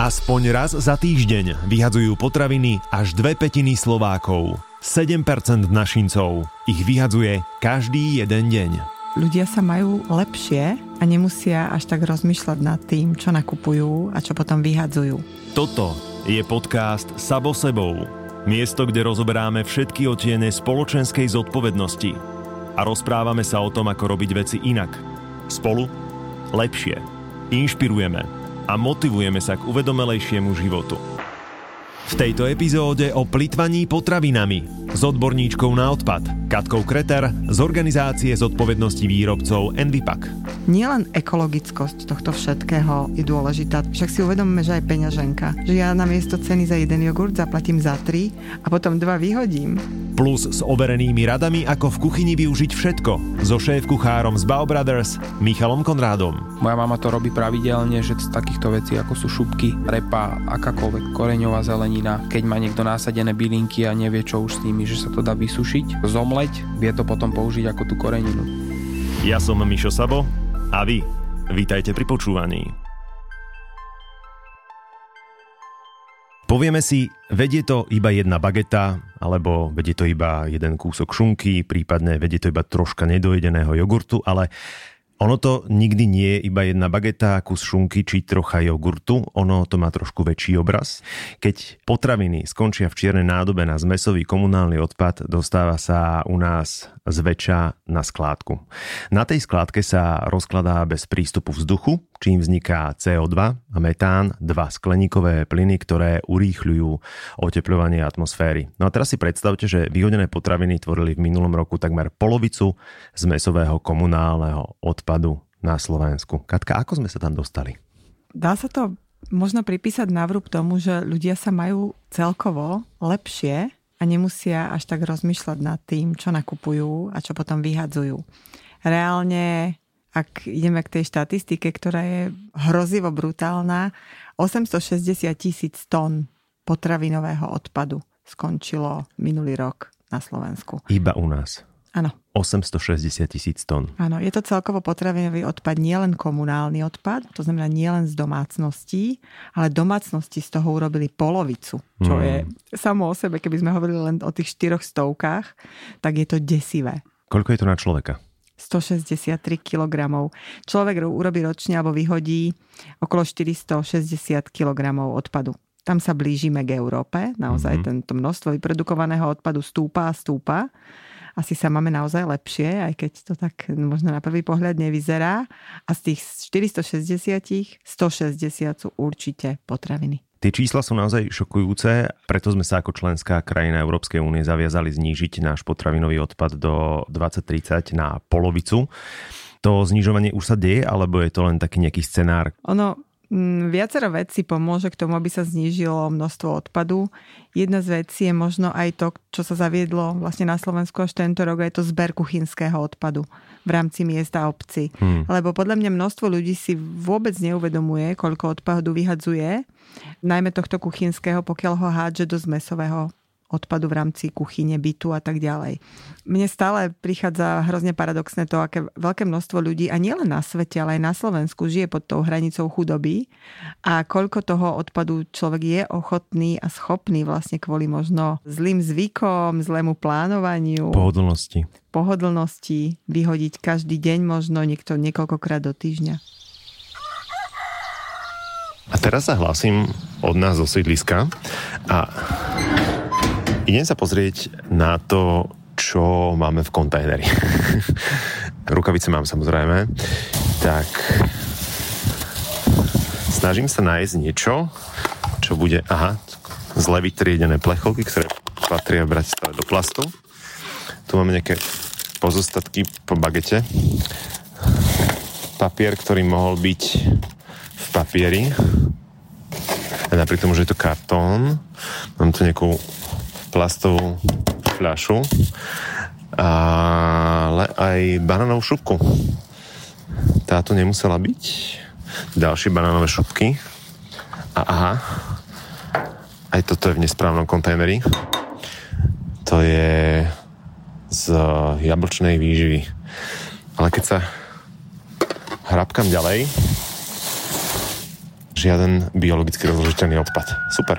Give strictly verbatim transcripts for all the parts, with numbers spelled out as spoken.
Aspoň raz za týždeň vyhadzujú potraviny až dve pätiny Slovákov. sedem percent našincov ich vyhadzuje každý jeden deň. Ľudia sa majú lepšie a nemusia až tak rozmýšľať nad tým, čo nakupujú a čo potom vyhadzujú. Toto je podcast Sabo sebou. Miesto, kde rozoberáme všetky odtiene spoločenskej zodpovednosti a rozprávame sa o tom, ako robiť veci inak. Spolu lepšie. Inšpirujeme a motivujeme sa k uvedomelejšiemu životu. V tejto epizóde o plytvaní potravinami s odborníčkou na odpad Katkou Kreter z organizácie zodpovednosti výrobcov Envipak. Nielen ekologickosť tohto všetkého je dôležitá, však si uvedomíme, že aj peňaženka. Že ja namiesto ceny za jeden jogurt zaplatím za tri a potom dva vyhodím. Plus s overenými radami, ako v kuchyni využiť všetko so šéf-kuchárom z Bao Brothers Michalom Konrádom. Moja mama to robí pravidelne, že z takýchto vecí ako sú šupky, repa, akákoľvek koreňová zelenina, keď má niekto násadené bylinky a nevie čo už s nimi, že sa to dá vysušiť, zomleť, vie to potom použiť ako tú koreninu. Ja som Mišo Sabo a vy, vítajte pri počúvaní. Povieme si, vedie to iba jedna bageta, alebo vedie to iba jeden kúsok šunky, prípadne vedie to iba troška nedojedeného jogurtu, ale ono to nikdy nie je iba jedna bageta, kus šunky či trocha jogurtu, ono to má trošku väčší obraz. Keď potraviny skončia v čiernej nádobe na zmesový komunálny odpad, dostáva sa u nás zväčša na skládku. Na tej skládke sa rozkladá bez prístupu vzduchu, čím vzniká cé ó dva a metán, dva skleníkové plyny, ktoré urýchľujú otepľovanie atmosféry. No a teraz si predstavte, že vyhodené potraviny tvorili v minulom roku takmer polovicu zmesového komunálneho odpadu na Slovensku. Katka, ako sme sa tam dostali? Dá sa to možno pripísať navrúb tomu, že ľudia sa majú celkovo lepšie a nemusia až tak rozmýšľať nad tým, čo nakupujú a čo potom vyhadzujú. Reálne, ak ideme k tej štatistike, ktorá je hrozivo brutálna, osemstošesťdesiat tisíc tón potravinového odpadu skončilo minulý rok na Slovensku. Iba u nás? Áno. osemstošesťdesiat tisíc tón. Áno, je to celkovo potravinový odpad, nielen komunálny odpad, to znamená nielen z domácností, ale domácnosti z toho urobili polovicu, čo hmm. je samo o sebe, keby sme hovorili len o tých štyroch stovkách, tak je to desivé. Koľko je to na človeka? stošesťdesiattri kilogramov. Človek urobí ročne alebo vyhodí okolo štyristošesťdesiat kilogramov odpadu. Tam sa blížime k Európe. Naozaj mm-hmm. tento množstvo vyprodukovaného odpadu stúpa a stúpa. Asi sa máme naozaj lepšie, aj keď to tak možno na prvý pohľad nevyzerá. A z tých štyristošesťdesiat, stošesťdesiat sú určite potraviny. Tie čísla sú naozaj šokujúce, preto sme sa ako členská krajina Európskej únie zaviazali znížiť náš potravinový odpad do dvadsať tridsať na polovicu. To znižovanie už sa deje, alebo je to len taký nejaký scenár? Ono, viacero vecí pomôže k tomu, aby sa znížilo množstvo odpadu. Jedna z vecí je možno aj to, čo sa zaviedlo vlastne na Slovensku až tento rok, je to zber kuchynského odpadu v rámci miesta a obci. Hmm. Lebo podľa mňa množstvo ľudí si vôbec neuvedomuje, koľko odpadu vyhadzuje, najmä tohto kuchynského, pokiaľ ho hádže do zmesového odpadu v rámci kuchyne, bytu a tak ďalej. Mne stále prichádza hrozne paradoxné to, aké veľké množstvo ľudí, a nielen na svete, ale aj na Slovensku, žije pod tou hranicou chudoby a koľko toho odpadu človek je ochotný a schopný vlastne kvôli možno zlým zvykom, zlému plánovaniu, pohodlnosti. pohodlnosti vyhodiť každý deň, možno niekto niekoľkokrát do týždňa. A teraz sa hlásim od nás zo sídliska a idem sa pozrieť na to, čo máme v kontajneri. Rukavice mám samozrejme. Tak snažím sa nájsť niečo, čo bude, aha, zle vytriedené plechovky, ktoré patria v Bratislave do plastu. Tu máme nejaké pozostatky po bagete. Papier, ktorý mohol byť v papieri. A napriek tomu, že je to kartón, mám tu nejakú plastovú fľašu, ale aj banánovú šupku. Táto nemusela byť. Ďalšie banánové šupky. A aha, aj toto je v nesprávnom kontajneri. To je z jablčnej výživy. Ale keď sa hrabkam ďalej, žiaden biologicky rozložiteľný odpad. Super.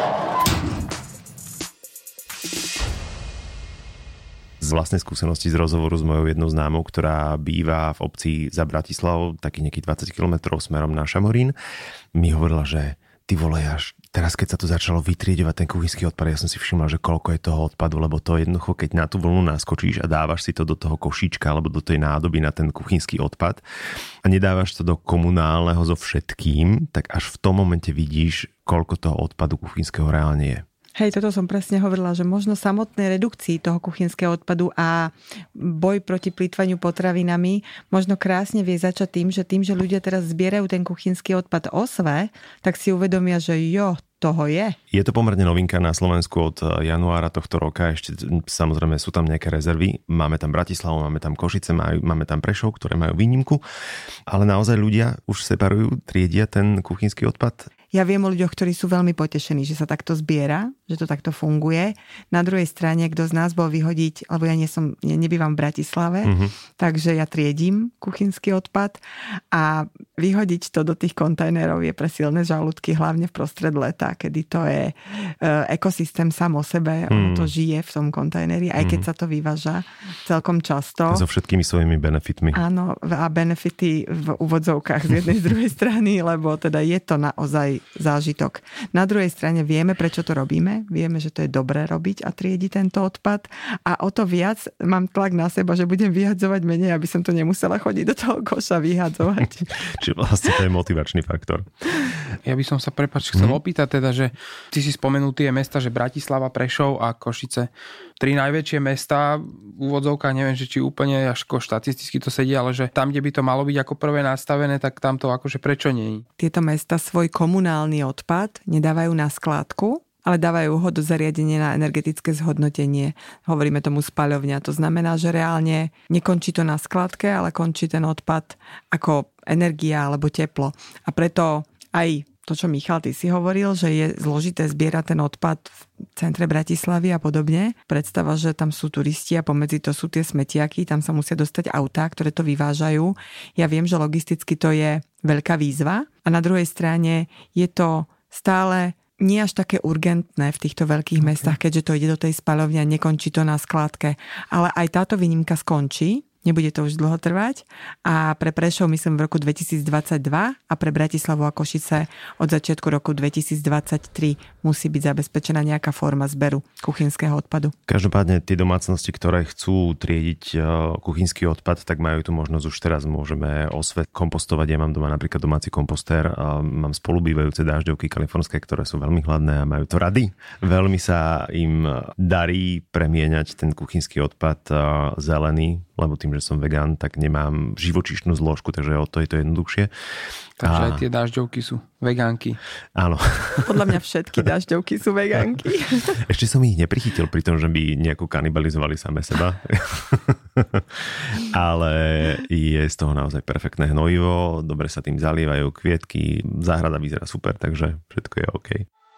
Z vlastnej skúsenosti z rozhovoru s mojou jednou známou, ktorá býva v obci za Bratislavou, taký nejaký dvadsať kilometrov smerom na Šamorín, mi hovorila, že ty vole, až teraz keď sa to začalo vytriedovať ten kuchynský odpad, ja som si všimla, že koľko je toho odpadu, lebo to jednoducho, keď na tú vlnu naskočíš a dávaš si to do toho košíčka alebo do tej nádoby na ten kuchynský odpad a nedávaš to do komunálneho so všetkým, tak až v tom momente vidíš, koľko toho odpadu kuchynského reálne je. Hej, toto som presne hovorila, že možno samotnej redukcii toho kuchynského odpadu a boj proti plýtvaniu potravinami možno krásne vie začať tým, že tým, že ľudia teraz zbierajú ten kuchynský odpad o sve, tak si uvedomia, že jo, toho je. Je to pomerne novinka na Slovensku od januára tohto roka. Ešte samozrejme sú tam nejaké rezervy. Máme tam Bratislavu, máme tam Košice, máme tam Prešov, ktoré majú výnimku. Ale naozaj ľudia už separujú, triedia ten kuchynský odpad. Ja viem o ľuďoch, ktorí sú veľmi potešení, že sa takto zbiera, že to takto funguje. Na druhej strane, kto z nás bol vyhodiť, lebo ja nie som, ne, nebývam v Bratislave, mm-hmm. takže ja triedím kuchynský odpad a vyhodiť to do tých kontajnerov je pre silné žalúdky, hlavne v prostred leta, kedy to je e, ekosystém sám o sebe, mm. ono to žije v tom kontajneri, aj keď mm. sa to vyváža celkom často. So všetkými svojimi benefitmi. Áno, a benefity v úvodzovkách z jednej z druhej strany, lebo teda je to naozaj zážitok. Na druhej strane vieme, prečo to robíme. Vieme, že to je dobré robiť a triediť tento odpad. A o to viac mám tlak na seba, že budem vyhadzovať menej, aby som to nemusela chodiť do toho koša vyhadzovať. Čiže vlastne to je motivačný faktor. Ja by som sa, prepáč, chcel hmm. opýtať teda, že ty si spomenul tie mesta, že Bratislava, Prešov a Košice. Tri najväčšie mesta, úvodzovka, neviem, že či úplne až štatisticky to sedí, ale že tam, kde by to malo byť ako prvé nastavené, tak tam to akože prečo nie? Tieto mesta svoj komunálny odpad nedávajú na skládku, ale dávajú ho do zariadenia na energetické zhodnotenie. Hovoríme tomu spaľovňa. To znamená, že reálne nekončí to na skladke, ale končí ten odpad ako energia alebo teplo. A preto aj to, čo Michal, ty si hovoril, že je zložité zbierať ten odpad v centre Bratislavy a podobne. Predstava, že tam sú turisti a pomedzi to sú tie smetiaky, tam sa musia dostať autá, ktoré to vyvážajú. Ja viem, že logisticky to je veľká výzva a na druhej strane je to stále nie až také urgentné v týchto veľkých okay. mestách, keďže to ide do tej spaľovne a nekončí to na skládke. Ale aj táto výnimka skončí. Nebude to už dlho trvať a pre Prešov myslím v roku dvetisícdvadsaťdva a pre Bratislavu a Košice od začiatku roku dvetisícdvadsaťtri musí byť zabezpečená nejaká forma zberu kuchynského odpadu. Každopádne tie domácnosti, ktoré chcú triediť kuchynský odpad, tak majú tu možnosť už teraz. Môžeme osvet kompostovať. Ja mám doma napríklad domáci kompostér, mám spolubývajúce dážďovky kalifornské, ktoré sú veľmi chladné a majú to rady. Veľmi sa im darí premieňať ten kuchynský odpad zelený, lebo tým, že som vegán, tak nemám živočíšnu zložku, takže o to je to jednoduchšie. Takže a... aj tie dažďovky sú vegánky. Áno. Podľa mňa všetky dažďovky sú vegánky. Ešte som ich neprichytil pri tom, že by nejako kanibalizovali same seba. Ale je z toho naozaj perfektné hnojivo, dobre sa tým zalievajú kvietky, záhrada vyzerá super, takže všetko je OK.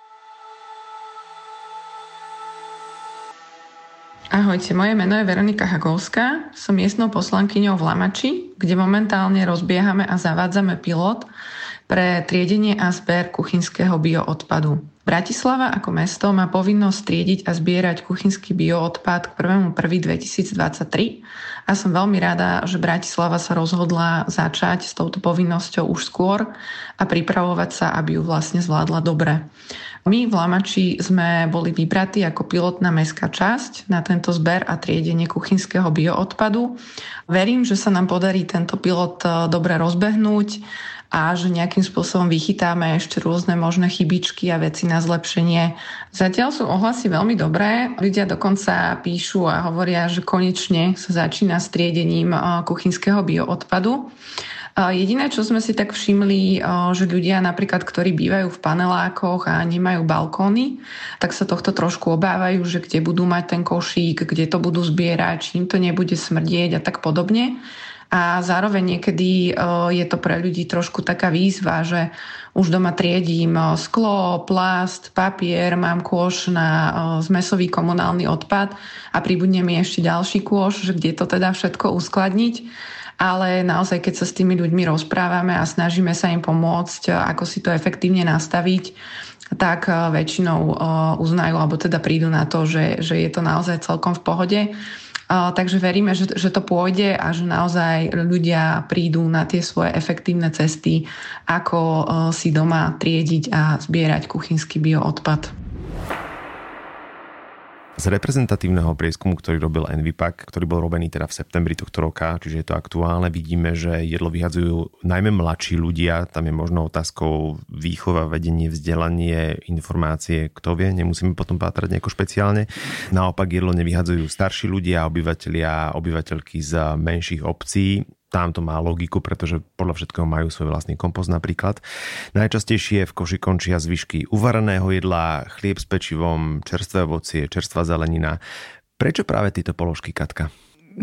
Ahojte, moje meno je Veronika Hagolská, som miestnou poslankyňou v Lamači, kde momentálne rozbiehame a zavádzame pilot pre triedenie a zber kuchynského bioodpadu. Bratislava ako mesto má povinnosť triediť a zbierať kuchynský bioodpad k prvého prvého dvetisícdvadsaťtri a som veľmi rada, že Bratislava sa rozhodla začať s touto povinnosťou už skôr a pripravovať sa, aby ju vlastne zvládla dobre. My v Lamači sme boli vybratí ako pilotná mestská časť na tento zber a triedenie kuchynského bioodpadu. Verím, že sa nám podarí tento pilot dobre rozbehnúť a že nejakým spôsobom vychytáme ešte rôzne možné chybičky a veci na zlepšenie. Zatiaľ sú ohlasy veľmi dobré. Ľudia dokonca píšu a hovoria, že konečne sa začína s triedením kuchynského bioodpadu. Jediné, čo sme si tak všimli, že ľudia napríklad, ktorí bývajú v panelákoch a nemajú balkóny, tak sa tohto trošku obávajú, že kde budú mať ten košík, kde to budú zbierať, či im to nebude smrdieť a tak podobne. A zároveň niekedy je to pre ľudí trošku taká výzva, že už doma triedím sklo, plast, papier, mám kôš na zmesový komunálny odpad a pribudne mi ešte ďalší kôš, že kde to teda všetko uskladniť. ale naozaj, keď sa s tými ľuďmi rozprávame a snažíme sa im pomôcť, ako si to efektívne nastaviť, tak väčšinou uznajú, alebo teda prídu na to, že, že je to naozaj celkom v pohode. Takže veríme, že, že to pôjde a že naozaj ľudia prídu na tie svoje efektívne cesty, ako si doma triediť a zbierať kuchynský bioodpad. Z reprezentatívneho prieskumu, ktorý robil Envipak, ktorý bol robený teda v septembri tohto roka, čiže je to aktuálne, vidíme, že jedlo vyhadzujú najmä mladší ľudia, tam je možno otázkou výchova, vedenie, vzdelanie, informácie, kto vie, nemusíme potom pátrať nejako špeciálne. Naopak jedlo nevyhadzujú starší ľudia, obyvatelia, obyvateľky z menších obcí. Tam to má logiku, pretože podľa všetkého majú svoj vlastný kompost napríklad. Najčastejšie v koši končia zvyšky uvareného jedla, chlieb s pečivom, čerstvé ovocie, čerstvá zelenina. Prečo práve tieto položky, Katka?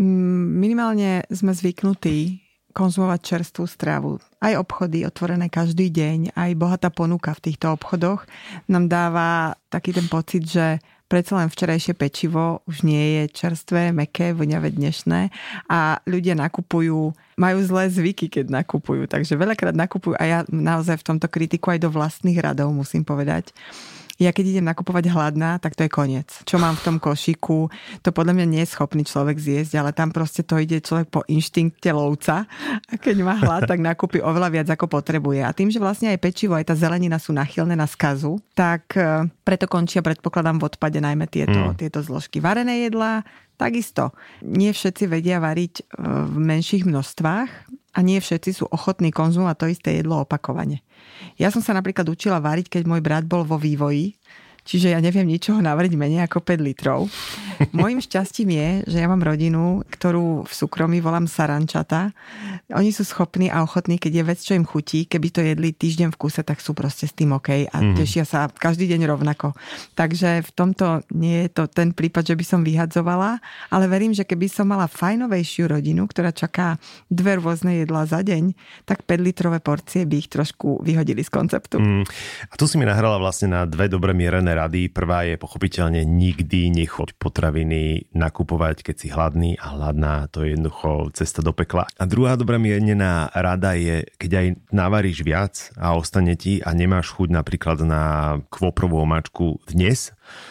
Minimálne sme zvyknutí konzumovať čerstvú stravu. Aj obchody otvorené každý deň, aj bohatá ponuka v týchto obchodoch nám dáva taký ten pocit, že predsa len včerajšie pečivo už nie je čerstvé, mäkké, voňavé dnešné a ľudia nakupujú, majú zlé zvyky, keď nakupujú, takže veľakrát nakupujú a ja naozaj v tomto kritiku aj do vlastných radov musím povedať. Ja keď idem nakupovať hladná, tak to je koniec. Čo mám v tom košíku, to podľa mňa nie je schopný človek zjesť, ale tam proste to ide človek po inštinkte lovca a keď má hlad, tak nakúpi oveľa viac ako potrebuje. A tým, že vlastne aj pečivo, aj tá zelenina sú nachylné na skazu, tak preto končia, predpokladám, v odpade najmä tieto, mm. tieto zložky. Varené jedlá, takisto. Nie všetci vedia variť v menších množstvách a nie všetci sú ochotní konzumovať to isté jedlo opakovane. Ja som sa napríklad učila variť, keď môj brat bol vo vývoji, čiže ja neviem ničoho navariť menej ako päť litrov. Mojím šťastím je, že ja mám rodinu, ktorú v súkromí volám sarančata. Oni sú schopní a ochotní, keď je vec, čo im chutí, keby to jedli týždeň v kuse, tak sú proste s tým OK a mm. tešia sa každý deň rovnako. Takže v tomto nie je to ten prípad, že by som vyhadzovala, ale verím, že keby som mala fajnovejšiu rodinu, ktorá čaká dve rôzne jedlá za deň, tak päť litrové porcie by ich trošku vyhodili z konceptu. Mm. A tu si mi nahrala vlastne na dve dobre mierené rady. Prvá je pochopiteľne nikdy nechoď potraviny nakupovať, keď si hladný a hladná, to je jednoducho cesta do pekla. A druhá dobrá mierená rada je, keď aj navaríš viac a ostane ti a nemáš chuť napríklad na kvoprovú omáčku dnes,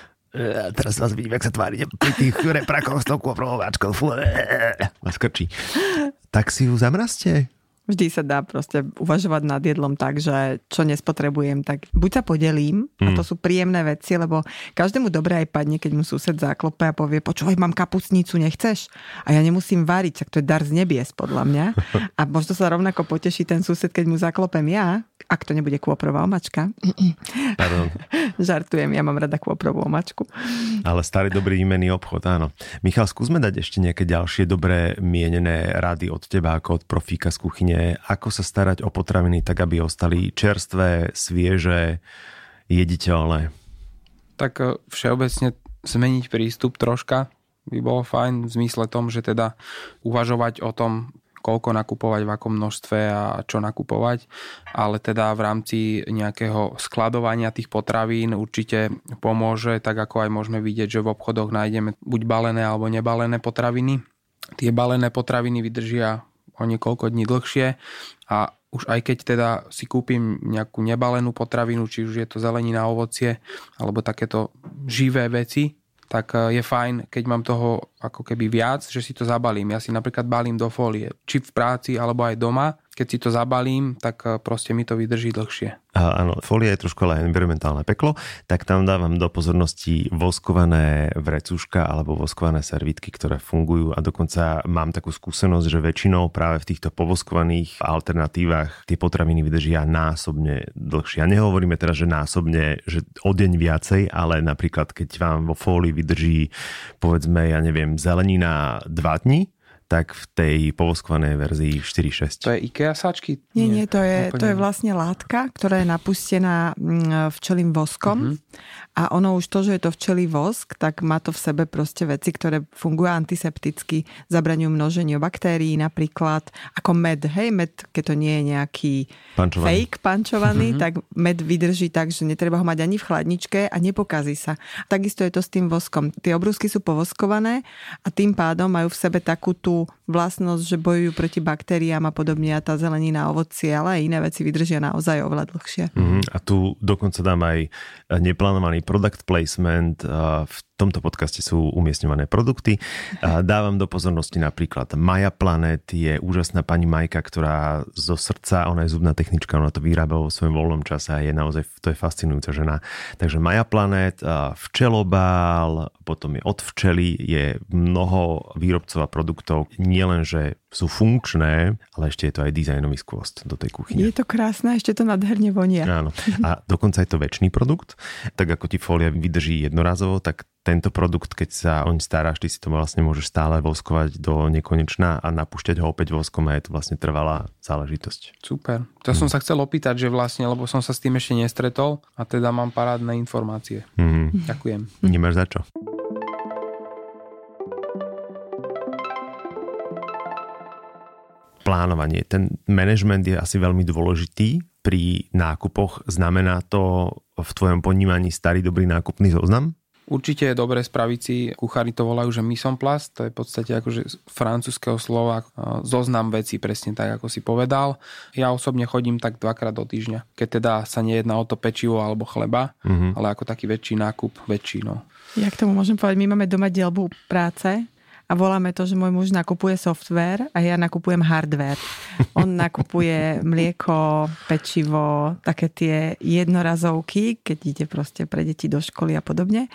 a teraz vás vidím, jak sa tvári pri tých reprakoch s tou kvoprovou omáčkou, ma skrčí. Tak si ju zamrazte. Vždy sa dá proste uvažovať nad jedlom tak, že čo nespotrebujem, tak buď sa podelím, mm. a to sú príjemné veci, lebo každému dobre aj padne, keď mu sused záklope a povie, počúvaj, mám kapustnicu, nechceš? A ja nemusím variť, tak to je dar z nebies, podľa mňa. A možno sa rovnako poteší ten sused, keď mu zaklopem ja, ak to nebude kôprová omačka. Pardon. Žartujem, ja mám rada kôprovú omačku. Ale starý dobrý výmenný obchod, áno. Michal, skúsme dať ešte nejaké ďalšie dobré mienené rady od teba, ako od profíka z kuchyne. Ako sa starať o potraviny tak, aby ostali čerstvé, svieže, jediteľné? Tak všeobecne zmeniť prístup troška by bolo fajn v zmysle tom, že teda uvažovať o tom, koľko nakupovať, v akom množstve a čo nakupovať, ale teda v rámci nejakého skladovania tých potravín určite pomôže, tak ako aj môžeme vidieť, že v obchodoch nájdeme buď balené alebo nebalené potraviny. Tie balené potraviny vydržia o niekoľko dní dlhšie a už aj keď teda si kúpim nejakú nebalenú potravinu, či už je to zelenina, ovocie alebo takéto živé veci, tak je fajn, keď mám toho ako keby viac, že si to zabalím. Ja si napríklad balím do fólie, či v práci alebo aj doma. Keď si to zabalím, tak proste mi to vydrží dlhšie. A áno, fólia je trošku ale environmentálne peklo, tak tam dávam do pozornosti voskované vrecúška alebo voskované servítky, ktoré fungujú a dokonca mám takú skúsenosť, že väčšinou práve v týchto povoskovaných alternatívach tie potraviny vydržia násobne dlhšie. A nehovoríme teraz, že násobne, že o deň viacej, ale napríklad keď vám vo fólii vydrží, povedzme, ja neviem, zelenina dva dni, tak v tej povoskovanej verzii štyri šesť. To je IKEA sáčky? Nie, nie, to je, to je vlastne látka, ktorá je napustená včelím voskom. Mm-hmm. A ono už to, že je to včelí vosk, tak má to v sebe proste veci, ktoré fungujú antisepticky, zabraňujú množeniu baktérií, napríklad ako med. Hej, med, keď to nie je nejaký pančovaný. fake pančovaný, mm-hmm. tak med vydrží tak, že netreba ho mať ani v chladničke a nepokazí sa. Takisto je to s tým voskom. Tie obrúsky sú povoskované a tým pádom majú v sebe takú tú tú vlastnosť, že bojujú proti baktériám a podobne a tá zelenina, ovocie, ale aj iné veci vydržia naozaj oveľa dlhšie. Mm, a tu dokonca dám aj neplánovaný product placement. V tomto podcaste sú umiestňované produkty. Dávam do pozornosti napríklad Maja Planet, je úžasná pani Majka, ktorá zo srdca, ona je zubná technička, ona to vyrába vo svojom voľnom čase a je naozaj, to je fascinujúca žena. Takže Maja Planet, Včelobál, potom je od včely, je mnoho výrobcov a produktov, nielen, že sú funkčné, ale ešte je to aj dizajnový skvost do tej kuchyne. Je to krásne, ešte to nádherne vonia. Áno. A dokonca je to večný produkt. Tak ako ti fólia vydrží jednorazovo, tak tento produkt, keď sa oň staráš, ty si to vlastne môžeš stále voskovať do nekonečna a napúšťať ho opäť voskom a je to vlastne trvalá záležitosť. Super. To hmm. som sa chcel opýtať, že vlastne, lebo som sa s tým ešte nestretol a teda mám parádne informácie. Hmm. Ďakujem. Nemáš za čo. Plánovanie. Ten management je asi veľmi dôležitý pri nákupoch. Znamená to v tvojom ponímaní starý dobrý nákupný zoznam? Určite je dobre spraviť si, kuchári to volajú, že mise en place, to je v podstate akože z francúzskeho slova zoznam vecí, presne tak, ako si povedal. Ja osobne chodím tak dvakrát do týždňa, keď teda sa nejedná o to pečivo alebo chleba, mm-hmm. ale ako taký väčší nákup, väčší, no. Ja k tomu môžem povedať, my máme doma dielbu práce a voláme to, že môj muž nakupuje software a ja nakupujem hardware. On nakupuje mlieko, pečivo, také tie jednorazovky, keď ide proste pre deti do školy a podobne.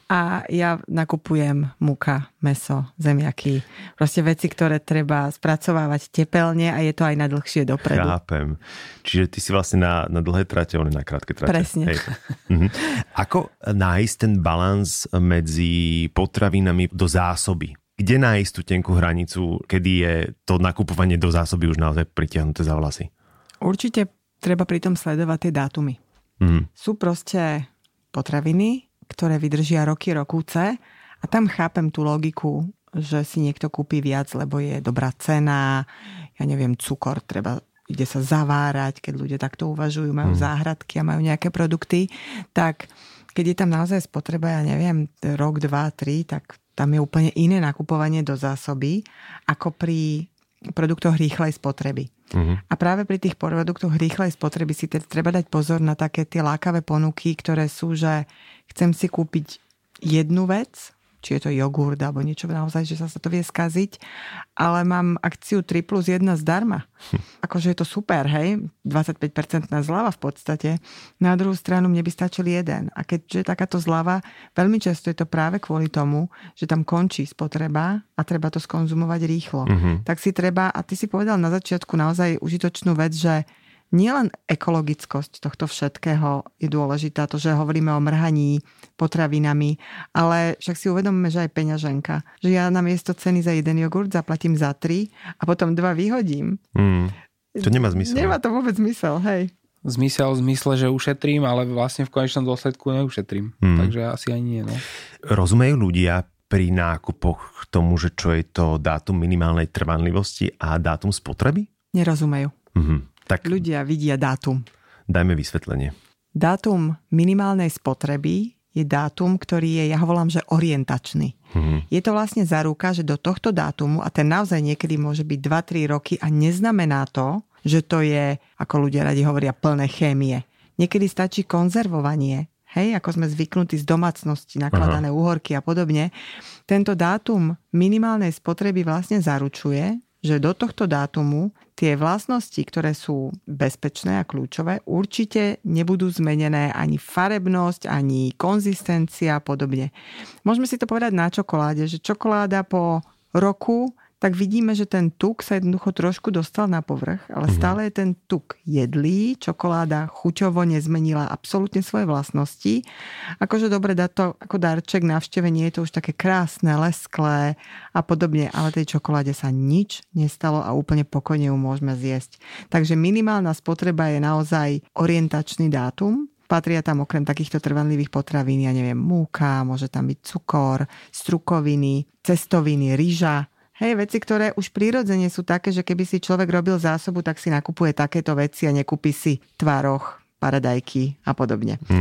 A ja nakupujem múka, mäso, zemiaky. Proste veci, ktoré treba spracovávať tepelne a je to aj na dlhšie dopredu. Chápem. Čiže ty si vlastne na, na dlhé trate, on je na krátke trate. Presne. Hej. Mhm. Ako nájsť ten balans medzi potravinami do zásoby? Kde nájsť tú tenkú hranicu, kedy je to nakupovanie do zásoby už naozaj pritiahnuté za vlasy? Určite treba pritom sledovať tie dátumy. Mm. Sú proste potraviny, ktoré vydržia roky, rokúce a tam chápem tú logiku, že si niekto kúpi viac, lebo je dobrá cena, ja neviem, cukor, treba, ide sa zavárať, keď ľudia takto uvažujú, majú mm. záhradky a majú nejaké produkty, tak keď je tam naozaj spotreba, ja neviem, rok, dva, tri, tak tam je úplne iné nakupovanie do zásoby ako pri produktoch rýchlej spotreby. Uh-huh. A práve pri tých produktoch rýchlej spotreby si teda treba dať pozor na také tie lákavé ponuky, ktoré sú, že chcem si kúpiť jednu vec, či je to jogurt alebo niečo naozaj, že sa to vie skaziť, ale mám akciu tri plus jedna zdarma. Hm. Akože je to super, hej? dvadsaťpäť percent zľava v podstate. Na druhú stranu mne by stačil jeden. A keďže takáto zľava, veľmi často je to práve kvôli tomu, že tam končí spotreba a treba to skonzumovať rýchlo. Mm-hmm. Tak si treba, a ty si povedal na začiatku naozaj užitočnú vec, že nielen ekologickosť tohto všetkého je dôležitá, to, že hovoríme o mrhaní potravinami, ale však si uvedomíme, že aj peňaženka. Že ja namiesto ceny za jeden jogurt zaplatím za tri a potom dva vyhodím. Mm, to nemá zmysel. Nemá to vôbec zmysel, hej. Zmysel v zmysle, že ušetrím, ale vlastne v konečnom dôsledku neušetrím. Mm. Takže asi ani nie, no. Rozumejú ľudia pri nákupoch tomu, že čo je to dátum minimálnej trvanlivosti a dátum spotreby? Nerozumejú. Mhm. Tak ľudia vidia dátum. Dajme vysvetlenie. Dátum minimálnej spotreby je dátum, ktorý je, ja ho volám, že orientačný. Mm-hmm. Je to vlastne záruka, že do tohto dátumu, a ten naozaj niekedy môže byť dva tri roky a neznamená to, že to je, ako ľudia radi hovoria, plné chémie. Niekedy stačí konzervovanie, hej, ako sme zvyknutí z domácnosti, nakladané Aha. uhorky a podobne. Tento dátum minimálnej spotreby vlastne zaručuje, že do tohto dátumu tie vlastnosti, ktoré sú bezpečné a kľúčové, určite nebudú zmenené ani farebnosť, ani konzistencia a podobne. Môžeme si to povedať na čokoláde, že čokoláda po roku, tak vidíme, že ten tuk sa jednoducho trošku dostal na povrch, ale mm-hmm. stále je ten tuk jedlý, čokoláda chuťovo nezmenila absolútne svoje vlastnosti. Akože dobre dať to ako darček, návštevenie, je to už také krásne, lesklé a podobne, ale tej čokoláde sa nič nestalo a úplne pokojne ju môžeme zjesť. Takže minimálna spotreba je naozaj orientačný dátum. Patria tam okrem takýchto trvanlivých potravín, ja neviem, múka, môže tam byť cukor, strukoviny, cestoviny, ryža. Hej, veci, ktoré už prirodzene sú také, že keby si človek robil zásobu, tak si nakupuje takéto veci a nekúpi si tvároch, paradajky a podobne. Mm-hmm.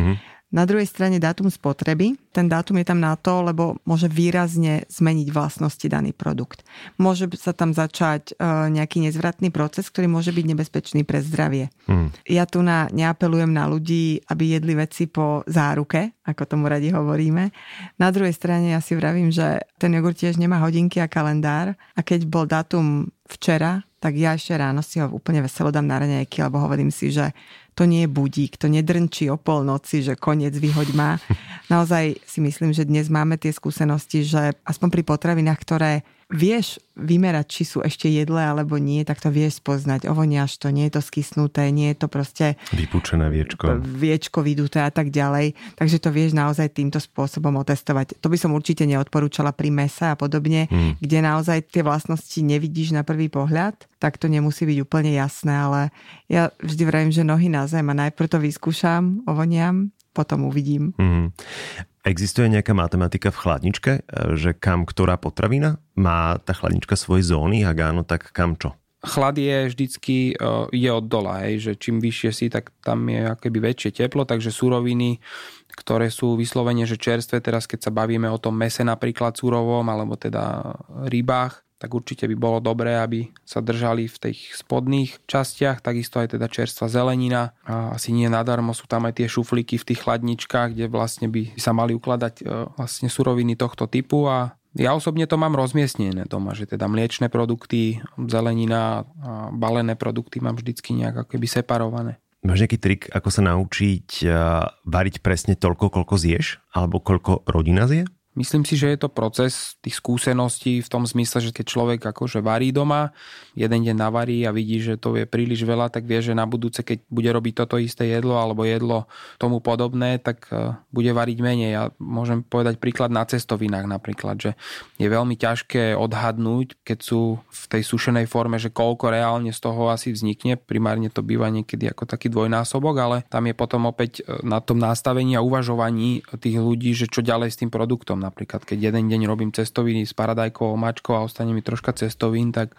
Na druhej strane dátum spotreby. Ten dátum je tam na to, lebo môže výrazne zmeniť vlastnosti daný produkt. Môže sa tam začať nejaký nezvratný proces, ktorý môže byť nebezpečný pre zdravie. Hmm. Ja tu na, neapelujem na ľudí, aby jedli veci po záruke, ako tomu radi hovoríme. Na druhej strane ja si vravím, že ten jogurt tiež nemá hodinky a kalendár a keď bol dátum včera, tak ja ešte ráno si ho úplne veselo dám na raňajky, lebo hovorím si, že to nie je budík, to nedrnčí o polnoci, že koniec vyhoď má. Naozaj si myslím, že dnes máme tie skúsenosti, že aspoň pri potravinách, ktoré vieš vymerať, či sú ešte jedlé alebo nie, tak to vieš spoznať. Ovoniaš to, nie je to skysnuté, nie je to proste vypučené viečko. Viečko vyduté a tak ďalej. Takže to vieš naozaj týmto spôsobom otestovať. To by som určite neodporúčala pri mese a podobne, hmm. kde naozaj tie vlastnosti nevidíš na prvý pohľad, tak to nemusí byť úplne jasné, ale ja vždy vravím, že nohy na zem a najprv to vyskúšam, ovoniam, potom uvidím. Hmm. Existuje nejaká matematika v chladničke, že kam ktorá potravina? Má tá chladnička svoje zóny? Ak áno, tak kam čo? Chlad je vždycky, je od dola, hej, že čím vyššie si, tak tam je akoby väčšie teplo, takže suroviny, ktoré sú vyslovene, že čerstvé, teraz keď sa bavíme o tom mese napríklad surovom, alebo teda rybách, tak určite by bolo dobré, aby sa držali v tých spodných častiach, takisto aj teda čerstvá zelenina. A asi nie nadarmo sú tam aj tie šuflíky v tých chladničkách, kde vlastne by sa mali ukladať vlastne suroviny tohto typu a ja osobne to mám rozmiestnené doma, že teda mliečne produkty, zelenina a balené produkty mám vždycky nejak akoby separované. Máš nejaký trik, ako sa naučiť variť presne toľko, koľko zješ? Alebo koľko rodina zje? Myslím si, že je to proces tých skúseností v tom zmysle, že keď človek akože varí doma, jeden deň navarí a vidí, že to je príliš veľa, tak vie, že na budúce, keď bude robiť toto isté jedlo alebo jedlo tomu podobné, tak bude variť menej. Ja môžem povedať príklad na cestovinách napríklad, že je veľmi ťažké odhadnúť, keď sú v tej sušenej forme, že koľko reálne z toho asi vznikne. Primárne to býva niekedy ako taký dvojnásobok, ale tam je potom opäť na tom nastavení a uvažovaní tých ľudí, že čo ďalej s tým produktom. Napríklad, keď jeden deň robím cestoviny s paradajkovou mačkou a ostane mi troška cestovín, tak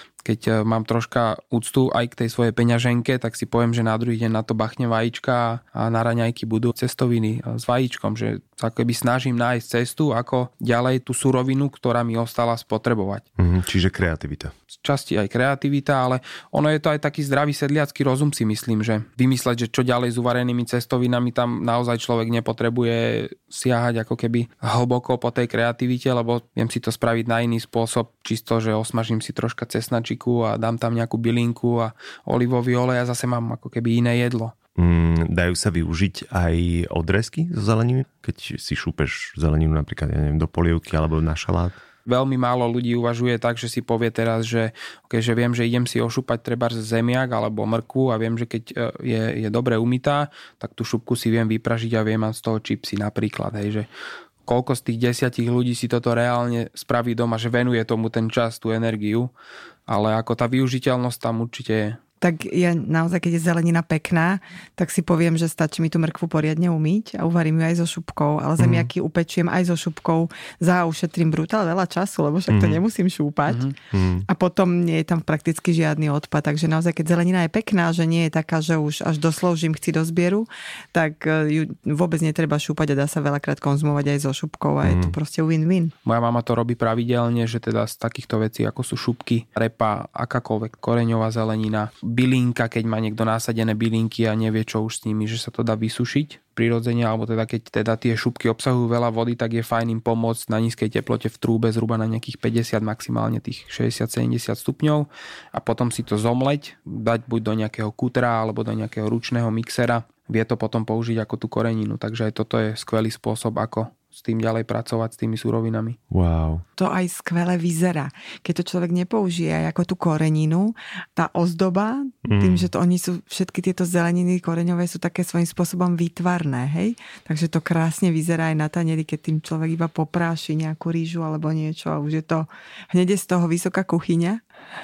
keď mám troška úctu aj k tej svojej peňaženke, tak si poviem, že na druhý deň na to bachne vajíčka a na raňajky budú cestoviny s vajíčkom, že sa keby snažím nájsť cestu, ako ďalej tú surovinu, ktorá mi ostala spotrebovať. Mm, čiže kreativita. Z časti aj kreativita, ale ono je to aj taký zdravý sedliacky rozum, si myslím, že vymysleť, že čo ďalej s uvarenými cestovinami, tam naozaj človek nepotrebuje siahať ako keby hlboko po tej kreativite, lebo viem si to spraviť na iný spôsob, čisto, že osmažím si troška cesnačiku a dám tam nejakú bylinku a olivový olej a zase mám ako keby iné jedlo. Mm, dajú sa využiť aj odrezky zo zeleniny? Keď si šúpeš zeleninu napríklad, ja neviem, do polievky alebo na šalát? Veľmi málo ľudí uvažuje tak, že si povie teraz, že, okay, že viem, že idem si ošúpať trebárs zemiak alebo mrkvu a viem, že keď je, je dobre umytá, tak tú šupku si viem vypražiť a viem mať z toho čipsy napríklad. Hej, že koľko z tých desiatich ľudí si toto reálne spraví doma, že venuje tomu ten čas, tú energiu, ale ako tá využiteľnosť tam určite je. Tak ja naozaj, keď je zelenina pekná, tak si poviem, že stačí mi tú mrkvu poriadne umyť a uvarím ju aj so šupkou, ale zemiaky mm. upečiem aj so šupkou, za ušetrím brutál veľa času, lebo však to mm. nemusím šúpať mm. a potom nie je tam prakticky žiadny odpad, takže naozaj, keď zelenina je pekná, že nie je taká, že už až dosloužím chci do zbieru, tak ju vôbec netreba šúpať a dá sa veľakrát konzumovať aj so šupkou a mm. je to proste win-win. Moja mama to robí pravidelne, že teda z takýchto vecí, ako sú šupky, repa, akákoľvek koreňová zelenina, bylinka, keď má niekto násadené bylinky a nevie, čo už s nimi, že sa to dá vysušiť prirodzene, alebo teda keď teda tie šupky obsahujú veľa vody, tak je fajn im pomôcť na nízkej teplote v trúbe zhruba na nejakých päťdesiat, maximálne tých šesťdesiat sedemdesiat stupňov a potom si to zomleť, dať buď do nejakého kutra alebo do nejakého ručného mixera. Vie to potom použiť ako tú koreninu, takže aj toto je skvelý spôsob, ako s tým ďalej pracovať, s tými surovinami. Wow. To aj skvele vyzerá. Keď to človek nepoužije ako tú koreninu, tá ozdoba, mm. tým, že to oni sú, všetky tieto zeleniny koreňové sú také svojím spôsobom výtvarné, hej? Takže to krásne vyzerá aj na tanieri, keď tým človek iba popráši nejakú rýžu alebo niečo a už je to hneď je z toho vysoká kuchyňa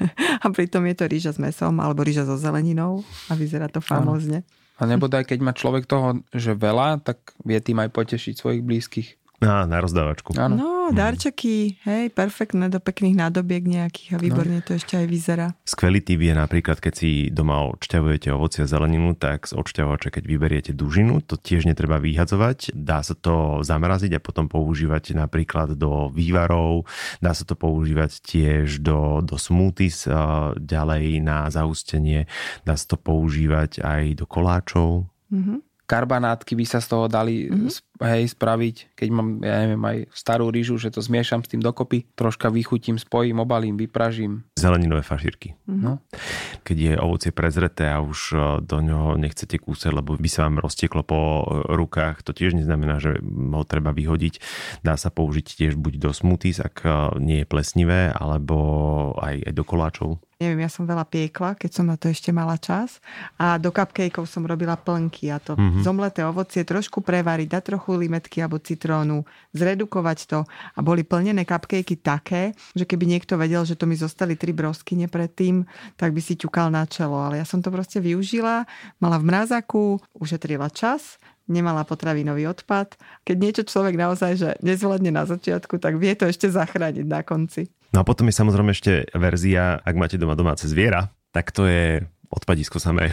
a pritom je to rýža s mäsom alebo rýža so zeleninou a vyzerá to famózne. A nebodaj, keď má človek toho, že veľa, tak vie tým aj potešiť svojich blízkych. Á, na rozdávačku. Áno. No, darčeky, hej, perfektné do pekných nádobiek nejakých a výborne no. to ešte aj vyzerá. Skvelý tip je napríklad, keď si doma odšťavujete ovocie a zeleninu, tak z odšťavovača, keď vyberiete dužinu, to tiež netreba vyhadzovať. Dá sa to zamraziť a potom používať napríklad do vývarov, dá sa to používať tiež do, do smoothies, ďalej na zahustenie, dá sa to používať aj do koláčov. Mhm. Karbanátky by sa z toho dali mm-hmm. hej, spraviť, keď mám, ja neviem, aj starú rýžu, že to zmiešam s tým dokopy, troška vychutím, spojím, obalím, vypražím. Zeleninové fašírky. Mm-hmm. No. Keď je ovocie prezreté a už do ňoho nechcete kúsať, lebo by sa vám roztieklo po rukách, to tiež neznamená, že ho treba vyhodiť. Dá sa použiť tiež buď do smoothies, ak nie je plesnivé, alebo aj, aj do koláčov. Neviem, ja som veľa piekla, keď som na to ešte mala čas. A do cupcakeov som robila plnky a to mm-hmm. zomleté ovocie trošku prevariť, dať trochu limetky alebo citrónu, zredukovať to. A boli plnené cupcakey také, že keby niekto vedel, že to mi zostali tri broskyne predtým, tak by si ťukal na čelo. Ale ja som to proste využila, mala v mrazaku, ušetrila čas, nemala potravinový odpad. Keď niečo človek naozaj že nezvládne na začiatku, tak vie to ešte zachrániť na konci. No a potom je samozrejme ešte verzia, ak máte doma domáce zviera, tak to je odpadisko samé.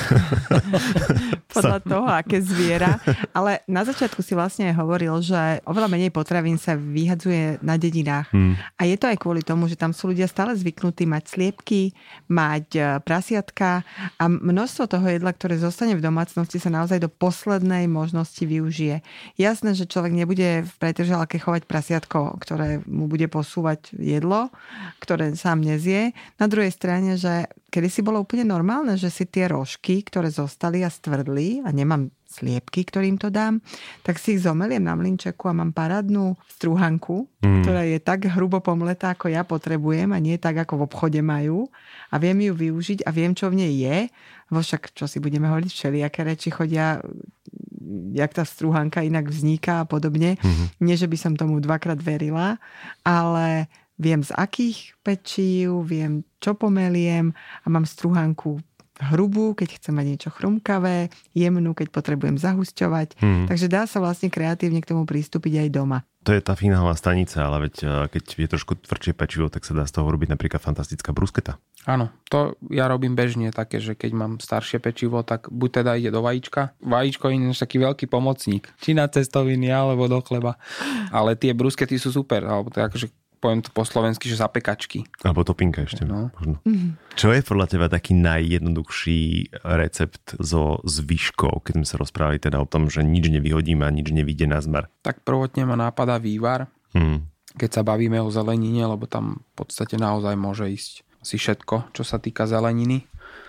Podľa toho, aké zviera. Ale na začiatku si vlastne aj hovoril, že oveľa menej potravín sa vyhadzuje na dedinách. Hmm. A je to aj kvôli tomu, že tam sú ľudia stále zvyknutí mať sliepky, mať prasiatka a množstvo toho jedla, ktoré zostane v domácnosti, sa naozaj do poslednej možnosti využije. Jasné, že človek nebude v pretržálke chovať prasiatko, ktoré mu bude posúvať jedlo, ktoré sám nezie. Na druhej strane, že kedysi bolo úplne normálne, že si tie rožky, ktoré zostali a stvrdli a nemám sliepky, ktorým to dám, tak si ich zomeliem na mlynčeku a mám parádnu strúhanku, mm. ktorá je tak hrubo pomletá, ako ja potrebujem a nie tak, ako v obchode majú. A viem ju využiť a viem, čo v nej je. Vo však, čo si budeme hovoriť, všelijaké reči chodia, jak tá strúhanka inak vzniká a podobne. Mm. Nie, že by som tomu dvakrát verila, ale viem z akých pečív, viem čo pomeliem a mám strúhanku hrubú, keď chcem mať niečo chrumkavé, jemnú, keď potrebujem zahusťovať. Hmm. Takže dá sa vlastne kreatívne k tomu pristúpiť aj doma. To je tá finálna stanica, ale veď keď je trošku tvrdšie pečivo, tak sa dá z toho robiť napríklad fantastická brusketa. Áno, to ja robím bežne také, že keď mám staršie pečivo, tak buď teda ide do vajíčka. Vajíčko je taký veľký pomocník. Či na cestoviny, alebo do chleba. Ale tie bruskety sú super, alebo to akože poviem to po slovensky, že zapekačky. Alebo topinka ešte. No. Možno. Mm-hmm. Čo je podľa teba taký najjednoduchší recept so zvyškou, keď sme sa rozprávali teda o tom, že nič nevyhodíme a nič nevyjde na zmar? Tak prvotne ma napadá vývar. Mm. Keď sa bavíme o zelenine, lebo tam v podstate naozaj môže ísť asi všetko, čo sa týka zeleniny.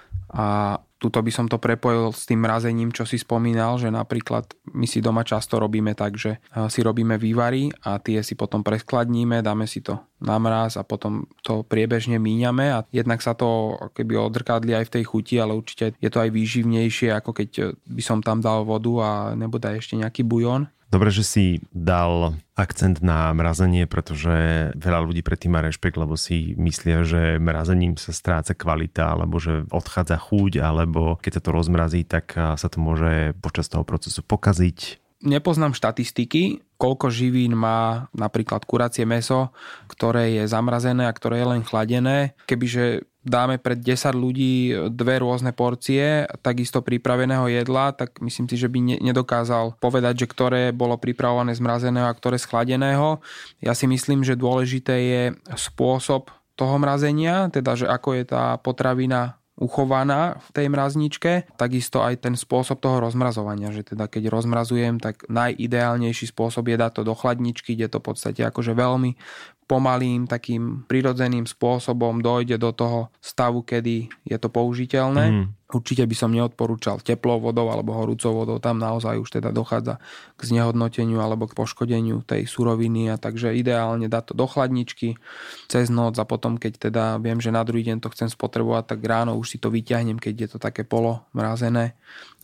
A tuto by som to prepojil s tým mrazením, čo si spomínal, že napríklad my si doma často robíme tak, že si robíme vývary a tie si potom preskladníme, dáme si to na mráz a potom to priebežne míňame a jednak sa to keby odrkadli aj v tej chuti, ale určite je to aj výživnejšie, ako keď by som tam dal vodu a nebude ešte nejaký bujón. Dobre, že si dal akcent na mrazenie, pretože veľa ľudí predtým má rešpekt, lebo si myslia, že mrazením sa stráca kvalita, alebo že odchádza chuť, alebo keď sa to rozmrazí, tak sa to môže počas toho procesu pokaziť. Nepoznám štatistiky, koľko živín má napríklad kuracie mäso, ktoré je zamrazené a ktoré je len chladené. Kebyže dáme pred desať ľudí dve rôzne porcie takisto pripraveného jedla, tak myslím si, že by nedokázal povedať, že ktoré bolo pripravované z mrazeného a ktoré z chladeného. Ja si myslím, že dôležité je spôsob toho mrazenia, teda že ako je tá potravina uchovaná v tej mrazničke, takisto aj ten spôsob toho rozmrazovania, že teda keď rozmrazujem, tak najideálnejší spôsob je dať to do chladničky, kde to v podstate akože veľmi pomalým, takým prirodzeným spôsobom dojde do toho stavu, kedy je to použiteľné. Mm. Určite by som neodporúčal teplou vodou alebo horúcou vodou, tam naozaj už teda dochádza k znehodnoteniu alebo k poškodeniu tej suroviny a takže ideálne dať to do chladničky cez noc a potom, keď teda viem, že na druhý deň to chcem spotrebovať, tak ráno už si to vyťahnem, keď je to také polo mrazené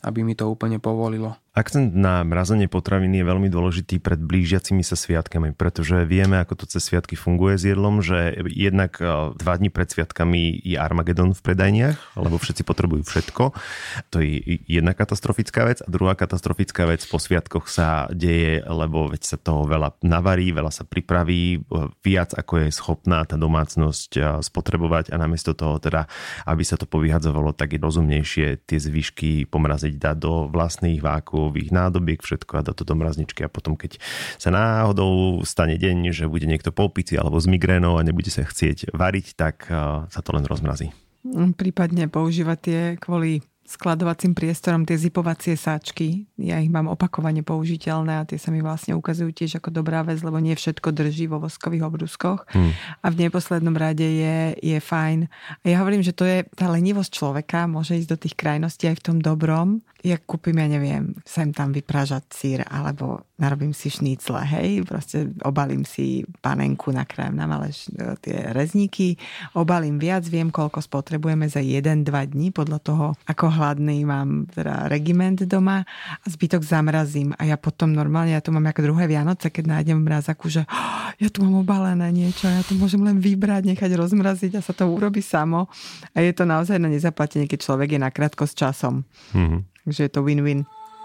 aby mi to úplne povolilo. Akcent na mrazenie potravín je veľmi dôležitý pred blížiacimi sa sviatkami, pretože vieme, ako to cez sviatky funguje s jedlom, že jednak dva dni pred sviatkami je Armagedon v predajniach, lebo všetci potrebujú všetko. To je jedna katastrofická vec. A druhá katastrofická vec, po sviatkoch sa deje, lebo veď sa toho veľa navarí, veľa sa pripraví, viac ako je schopná tá domácnosť spotrebovať a namiesto toho teda, aby sa to povyhadzovalo, tak je rozumnejšie tie zvyšky pomraziť, dať do vlastných vákuov, nádobiek, všetko a dá to do mrazničky a potom, keď sa náhodou stane deň, že bude niekto po opici alebo s migrénou a nebude sa chcieť variť, tak sa to len rozmrazí. Prípadne používať tie kvôli skladovacím priestorom, tie zipovacie sáčky. Ja ich mám opakovane použiteľné a tie sa mi vlastne ukazujú tiež ako dobrá vec, lebo nie všetko drží vo voskových obrúskoch. Hmm. A v neposlednom rade je, je fajn. A ja hovorím, že to je tá lenivosť človeka, môže ísť do tých krajností aj v tom dobrom. Ja kúpim, ja neviem, sem tam vypražať sír, alebo narobím si šnícle, hej, proste obalím si panenku, nakrájam na malé tie rezníky, obalím viac, viem, koľko spotrebujeme za jeden dva dní, podľa toho, ako hladný mám teda regiment doma a zbytok zamrazím. A ja potom normálne, ja tu mám ako druhé Vianoce, keď nájdem v mrazaku, že oh, ja tu mám obalené niečo, ja to môžem len vybrať, nechať rozmraziť a sa to urobí samo. A je to naozaj na nezaplatenie, keď človek je nakrátko s časom. Mm-hmm. Takže je to win-win.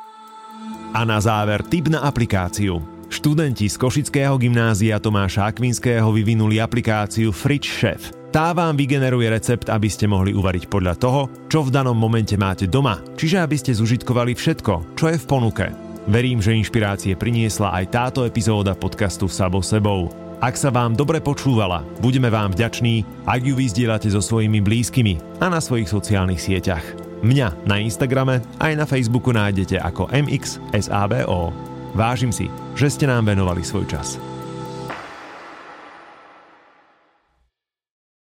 A na záver tip na aplikáciu. Študenti z Košického gymnázia Tomáša Akvinského vyvinuli aplikáciu Fridge Chef. Tá vám vygeneruje recept, aby ste mohli uvariť podľa toho, čo v danom momente máte doma. Čiže aby ste zužitkovali všetko, čo je v ponuke. Verím, že inšpirácie priniesla aj táto epizóda podcastu Sabo sebou. Ak sa vám dobre počúvala, budeme vám vďační, ak ju vyzdielate so svojimi blízkymi a na svojich sociálnych sieťach. Mňa na Instagrame aj na Facebooku nájdete ako em iks es á bé ó. Vážim si, že ste nám venovali svoj čas.